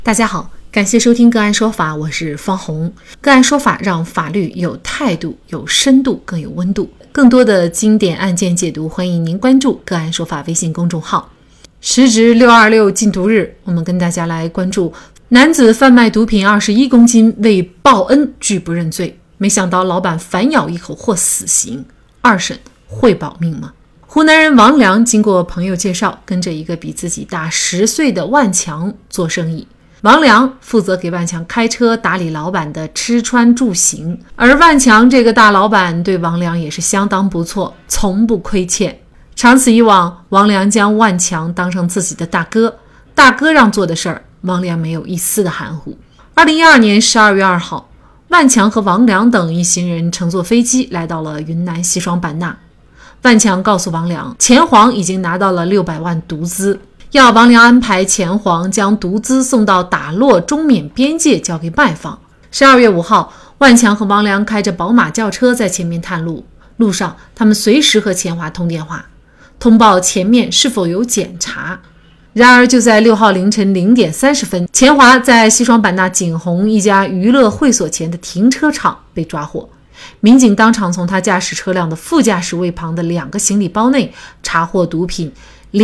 大家好，感谢收听个案说法，我是方红。个案说法让法律有态度、有深度、更有温度。更多的经典案件解读，欢迎您关注个案说法微信公众号。时值626禁毒日，我们跟大家来关注男子贩卖毒品21公斤，为报恩拒不认罪，没想到老板反咬一口获死刑，二审会保命吗？湖南人王良经过朋友介绍，跟着一个比自己大10岁的万强做生意。王良负责给万强开车，打理老板的吃穿住行，而万强这个大老板对王良也是相当不错，从不亏欠。长此以往，王良将万强当成自己的大哥，大哥让做的事儿，王良没有一丝的含糊。2012年12月2号，万强和王良等一行人乘坐飞机来到了云南西双版纳。万强告诉王良，钱黄已经拿到了600万毒资，要王良安排钱黄将毒资送到打洛中缅边界交给卖方。12月5号，万强和王良开着宝马轿车在前面探路，路上他们随时和钱华通电话，通报前面是否有检查。然而就在6号凌晨0点30分，钱华在西双版纳景洪一家娱乐会所前的停车场被抓获。民警当场从他驾驶车辆的副驾驶位旁的2个行李包内查获毒品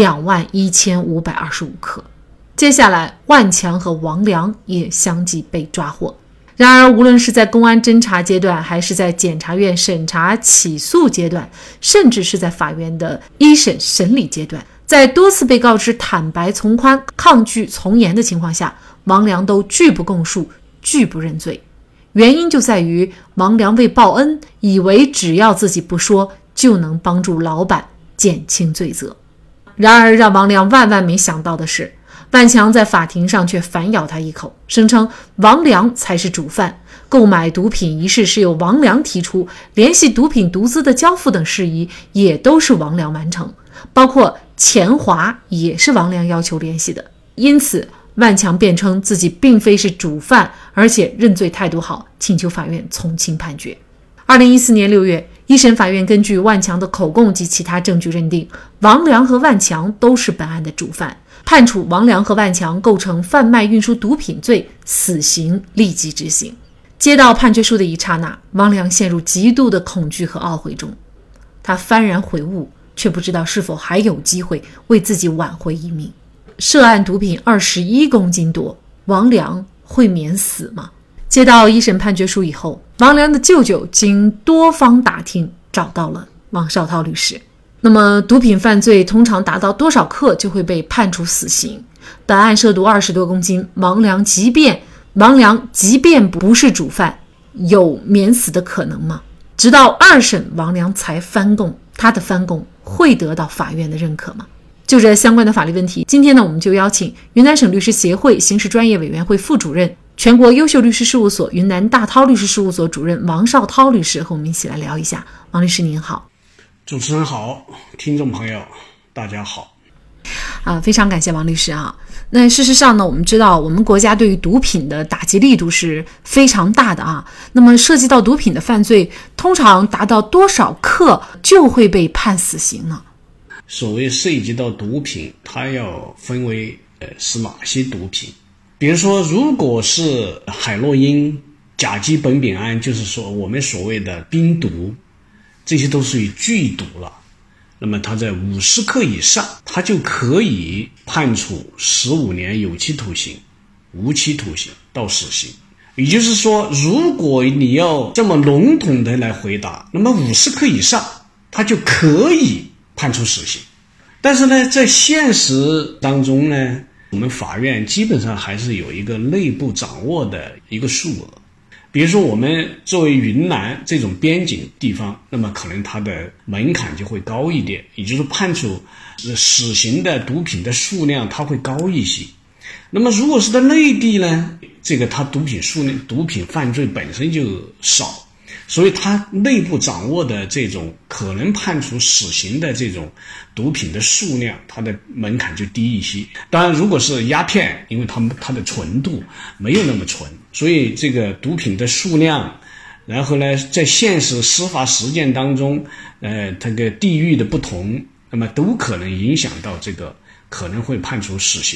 21525克。接下来，万强和王良也相继被抓获。然而，无论是在公安侦查阶段，还是在检察院审查起诉阶段，甚至是在法院的一审审理阶段，在多次被告知坦白从宽、抗拒从严的情况下，王良都拒不供述、拒不认罪。原因就在于王良为报恩，以为只要自己不说，就能帮助老板减轻罪责。然而让王良万万没想到的是，万强在法庭上却反咬他一口，声称王良才是主犯，购买毒品一事是由王良提出，联系毒品毒资的交付等事宜也都是王良完成，包括钱华也是王良要求联系的。因此万强辩称自己并非是主犯，而且认罪态度好，请求法院从轻判决。2014年6月，一审法院根据万强的口供及其他证据认定，王良和万强都是本案的主犯，判处王良和万强构成贩卖运输毒品罪，死刑立即执行。接到判决书的一刹那，王良陷入极度的恐惧和懊悔中，他幡然悔悟，却不知道是否还有机会为自己挽回一命。涉案毒品21公斤多，王良会免死吗？接到一审判决书以后，王良的舅舅经多方打听，找到了王绍涛律师。那么毒品犯罪通常达到多少克就会被判处死刑？本案涉毒20多公斤，王良即便不是主犯，有免死的可能吗？直到二审，王良才翻供，他的翻供会得到法院的认可吗？就这相关的法律问题，今天呢，我们就邀请云南省律师协会刑事专业委员会副主任、全国优秀律师事务所云南大韬律师事务所主任王绍涛律师和我们一起来聊一下。王律师您好。 主持人好，听众朋友大家好。 非常感谢王律师啊。那事实上呢，我们知道我们国家对于毒品的打击力度是非常大的啊。那么涉及到毒品的犯罪，通常达到多少克就会被判死刑呢？ 所谓涉及到毒品，它要分为是哪些毒品？比如说，如果是海洛因、甲基苯丙胺，就是说我们所谓的冰毒，这些都属于剧毒了。那么它在50克以上，它就可以判处15年有期徒刑、无期徒刑到死刑。也就是说，如果你要这么笼统的来回答，那么50克以上，它就可以判处死刑。但是呢，在现实当中呢，我们法院基本上还是有一个内部掌握的一个数额。比如说我们作为云南这种边境地方，那么可能它的门槛就会高一点，也就是判处死刑的毒品的数量它会高一些。那么如果是在内地呢，这个它毒品犯罪本身就少，所以它内部掌握的这种可能判处死刑的这种毒品的数量，它的门槛就低一些。当然如果是鸦片，因为它的纯度没有那么纯，所以这个毒品的数量，然后呢在现实司法实践当中这个地域的不同，那么都可能影响到这个可能会判处死刑。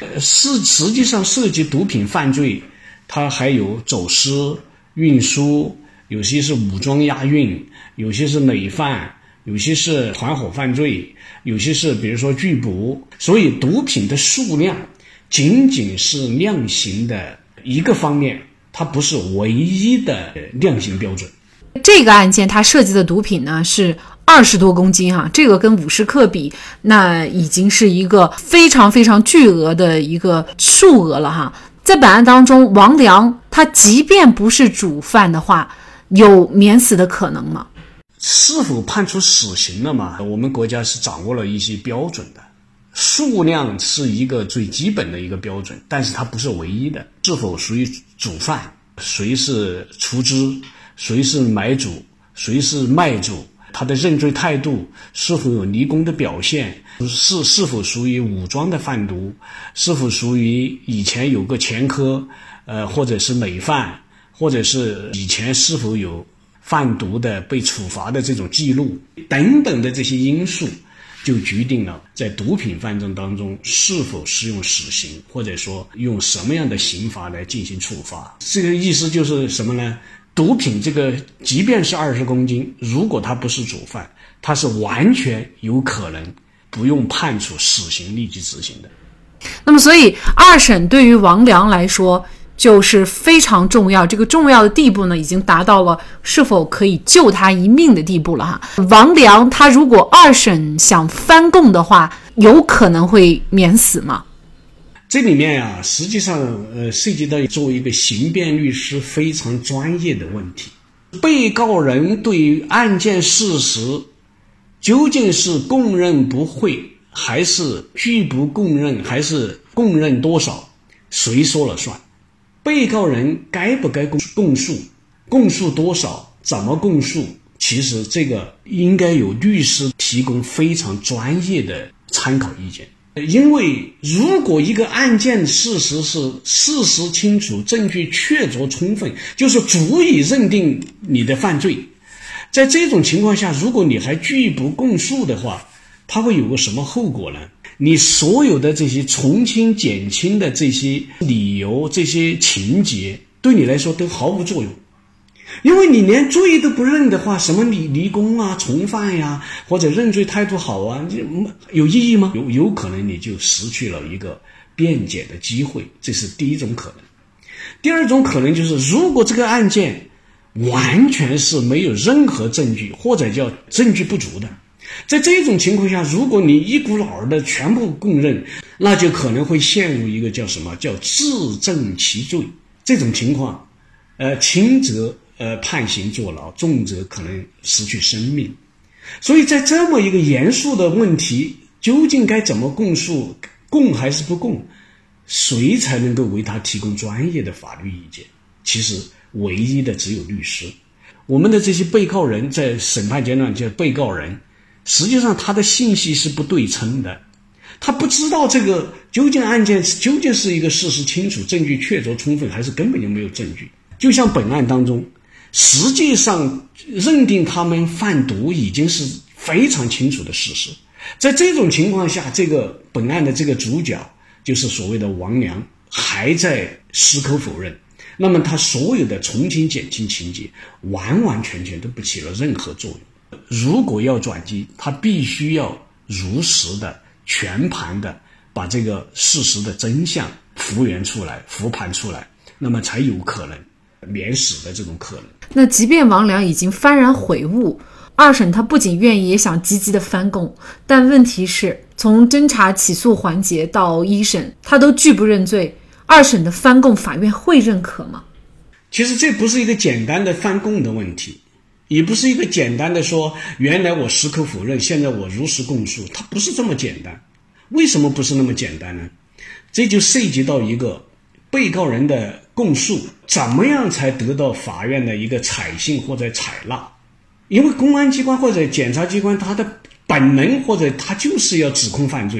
实际上涉及毒品犯罪，它还有走私、运输，有些是武装押运，有些是累犯，有些是团伙犯罪，有些是比如说拒捕。所以毒品的数量仅仅是量刑的一个方面，它不是唯一的量刑标准。 这个案件它涉及的毒品呢是20多公斤哈，这个跟50克比，那已经是一个非常非常巨额的一个数额了哈。在本案当中，王良他即便不是主犯的话，有免死的可能吗？ 是否判处死刑了嘛？我们国家是掌握了一些标准的，数量是一个最基本的一个标准，但是它不是唯一的。是否属于主犯，谁是出资，谁是买主，谁是卖主，他的认罪态度是否有立功的表现，是否属于武装的贩毒，是否属于以前有个前科，或者是累犯，或者是以前是否有贩毒的被处罚的这种记录等等的这些因素，就决定了在毒品犯罪当中是否适用死刑，或者说用什么样的刑罚来进行处罚。这个意思就是什么呢？毒品这个即便是20公斤，如果他不是主犯，他是完全有可能不用判处死刑立即执行的。 那么所以二审对于王良来说就是非常重要，这个重要的地步呢已经达到了是否可以救他一命的地步了哈。王良他如果二审想翻供的话，有可能会免死吗？ 这里面啊，实际上涉及到作为一个刑辩律师非常专业的问题。被告人对于案件事实究竟是供认不讳，还是拒不供认，还是供认多少，谁说了算？被告人该不该供述，供述多少，怎么供述，其实这个应该有律师提供非常专业的参考意见。因为如果一个案件事实是事实清楚，证据确凿充分，就是足以认定你的犯罪，在这种情况下，如果你还拒不供述的话，它会有个什么后果呢？你所有的这些从轻减轻的这些理由，这些情节对你来说都毫无作用。因为你连罪都不认的话，什么立功啊、从犯呀，或者认罪态度好啊，有意义吗？有可能你就失去了一个辩解的机会，这是第一种可能。第二种可能就是，如果这个案件完全是没有任何证据，或者叫证据不足的，在这种情况下，如果你一股脑的全部供认，那就可能会陷入一个叫什么叫自证其罪。这种情况轻则判刑坐牢，重则可能失去生命。所以在这么一个严肃的问题，究竟该怎么供述，供还是不供，谁才能够为他提供专业的法律意见？其实唯一的只有律师。我们的这些被告人在审判阶段叫被告人，实际上他的信息是不对称的，他不知道这个究竟案件究竟是一个事实清楚、证据确凿充分，还是根本就没有证据。就像本案当中，实际上认定他们贩毒已经是非常清楚的事实。在这种情况下，这个本案的这个主角就是所谓的王良还在矢口否认，那么他所有的从轻减轻情节完完全全都不起了任何作用。如果要转机，他必须要如实的全盘的把这个事实的真相复原出来、复盘出来，那么才有可能免死的这种可能。 那即便王良已经幡然悔悟，二审他不仅愿意，也想积极的翻供，但问题是从侦查起诉环节到一审他都拒不认罪，二审的翻供法院会认可吗？ 其实这不是一个简单的翻供的问题，也不是一个简单的说原来我矢口否认，现在我如实供述，它不是这么简单。为什么不是那么简单呢？这就涉及到一个被告人的供述怎么样才得到法院的一个采信或者采纳。因为公安机关或者检察机关他的本能或者他就是要指控犯罪，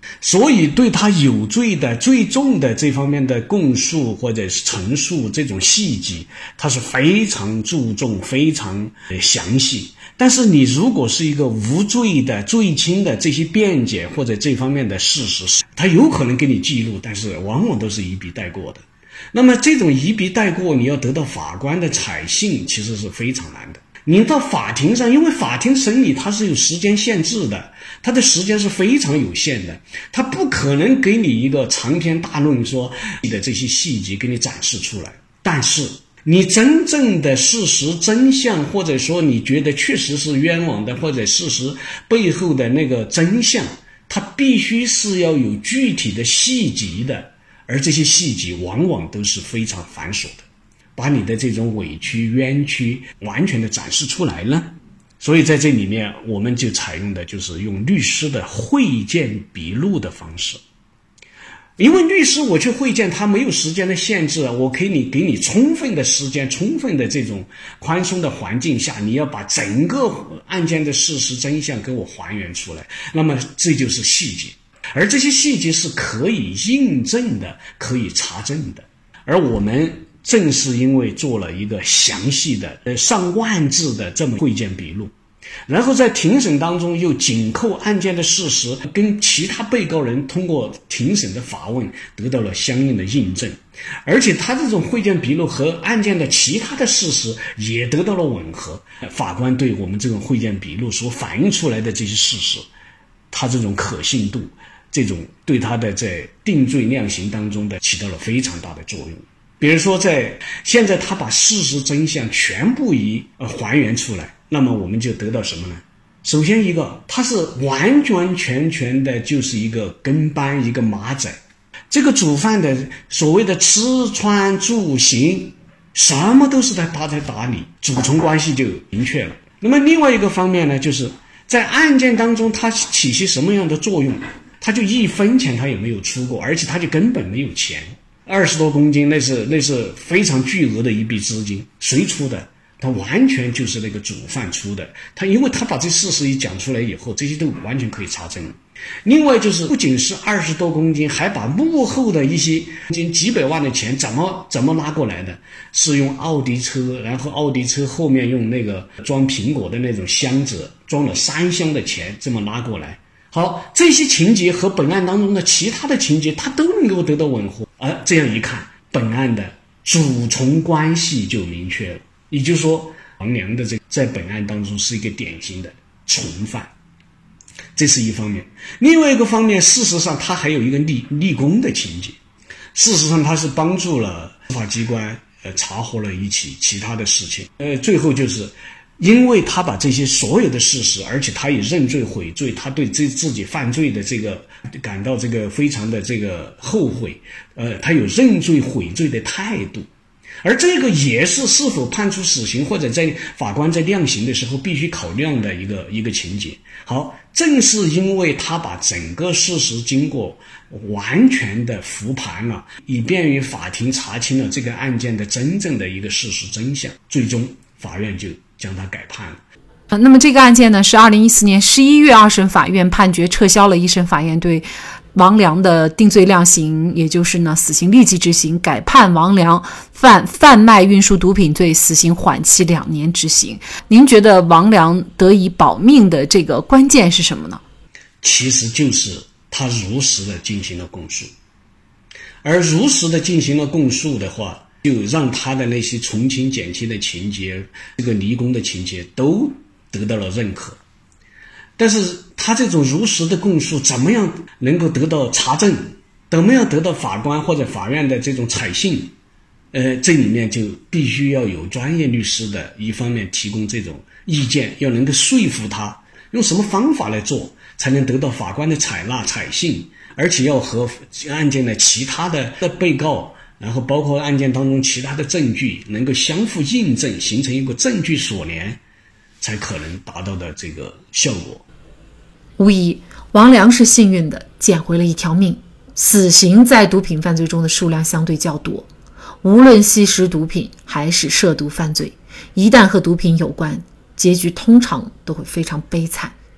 所以对他有罪的最重的这方面的供述或者是陈述这种细节，他是非常注重非常详细。但是你如果是一个无罪的最轻的这些辩解或者这方面的事实，他有可能给你记录，但是往往都是一笔带过的。那么这种一笔带过，你要得到法官的采信其实是非常难的。你到法庭上，因为法庭审理它是有时间限制的，它的时间是非常有限的，它不可能给你一个长篇大论说你的这些细节给你展示出来。但是你真正的事实真相，或者说你觉得确实是冤枉的，或者事实背后的那个真相，它必须是要有具体的细节的，而这些细节往往都是非常繁琐的，把你的这种委屈冤屈完全的展示出来了。所以在这里面我们就采用的就是用律师的会见笔录的方式。因为律师我去会见他没有时间的限制，我可以给你充分的时间，充分的这种宽松的环境下，你要把整个案件的事实真相给我还原出来，那么这就是细节，而这些细节是可以印证的，可以查证的。而我们正是因为做了一个详细的上万字的这么会见笔录，然后在庭审当中又紧扣案件的事实，跟其他被告人通过庭审的法问得到了相应的印证，而且他这种会见笔录和案件的其他的事实也得到了吻合。法官对我们这种会见笔录所反映出来的这些事实，他这种可信度，这种对他的在定罪量刑当中的起到了非常大的作用。比如说现在他把事实真相全部还原出来，那么我们就得到什么呢？首先一个，他是完完全全的就是一个跟班，一个马仔，这个主犯的所谓的吃穿住行什么都是他在打理，主从关系就明确了。那么另外一个方面呢，就是在案件当中他起些什么样的作用，他就1分钱他也没有出过，而且他就根本没有钱，20多公斤，那是非常巨额的一笔资金，谁出的？他完全就是那个主犯出的。因为他把这事实一讲出来以后，这些都完全可以查证。另外就是不仅是20多公斤，还把幕后的一些几百万的钱怎么拉过来的？是用奥迪车，然后奥迪车后面用那个装苹果的那种箱子装了3箱的钱，这么拉过来。好，这些情节和本案当中的其他的情节，它都能够得到吻合。这样一看，本案的主从关系就明确了。也就是说，王良的在本案当中是一个典型的从犯，这是一方面。另外一个方面，事实上他还有一个立功的情节。事实上他是帮助了司法机关查获了一起其他的事情。最后就是因为他把这些所有的事实，而且他也认罪悔罪，他对自己犯罪的这个感到这个非常的这个后悔，他有认罪悔罪的态度。而这个也是否判处死刑或者在法官在量刑的时候必须考量的一个情节。好，正是因为他把整个事实经过完全的复盘了，以便于法庭查清了这个案件的真正的一个事实真相，最终法院就将他改判了。 那么这个案件呢，是2014年11月2审法院判决撤销了1审法院对王良的定罪量刑，也就是呢死刑立即执行，改判王良犯贩卖运输毒品罪，死刑缓期2年执行。您觉得王良得以保命的这个关键是什么呢？ 其实就是他如实的进行了供述，而如实的进行了供述的话，就让他的那些从轻减轻的情节，这个立功的情节都得到了认可。但是他这种如实的供述怎么样能够得到查证，怎么样得到法官或者法院的这种采信，这里面就必须要有专业律师的一方面提供这种意见，要能够说服他用什么方法来做才能得到法官的采纳采信，而且要和案件的其他的被告，然后包括案件当中其他的证据能够相互印证，形成一个证据锁连，才可能达到的这个效果。 无疑，王良是幸运的，捡回了一条命。死刑在毒品犯罪中的数量相对较多，无论吸食毒品还是涉毒犯罪，一旦和毒品有关，结局通常都会非常悲惨，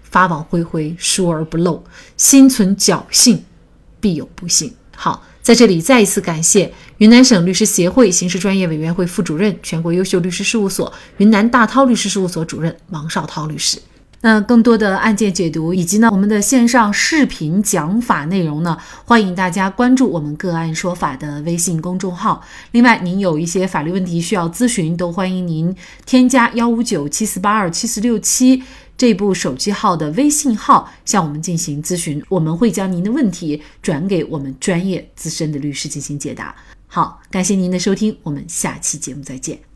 法网恢恢，疏而不漏，心存侥幸，必有不幸。好，在这里再一次感谢云南省律师协会刑事专业委员会副主任、全国优秀律师事务所云南大韬律师事务所主任王绍涛律师。那更多的案件解读以及呢我们的线上视频讲法内容呢，欢迎大家关注我们个案说法的微信公众号。另外您有一些法律问题需要咨询，都欢迎您添加15974827467这部手机号的微信号向我们进行咨询，我们会将您的问题转给我们专业资深的律师进行解答。好，感谢您的收听，我们下期节目再见。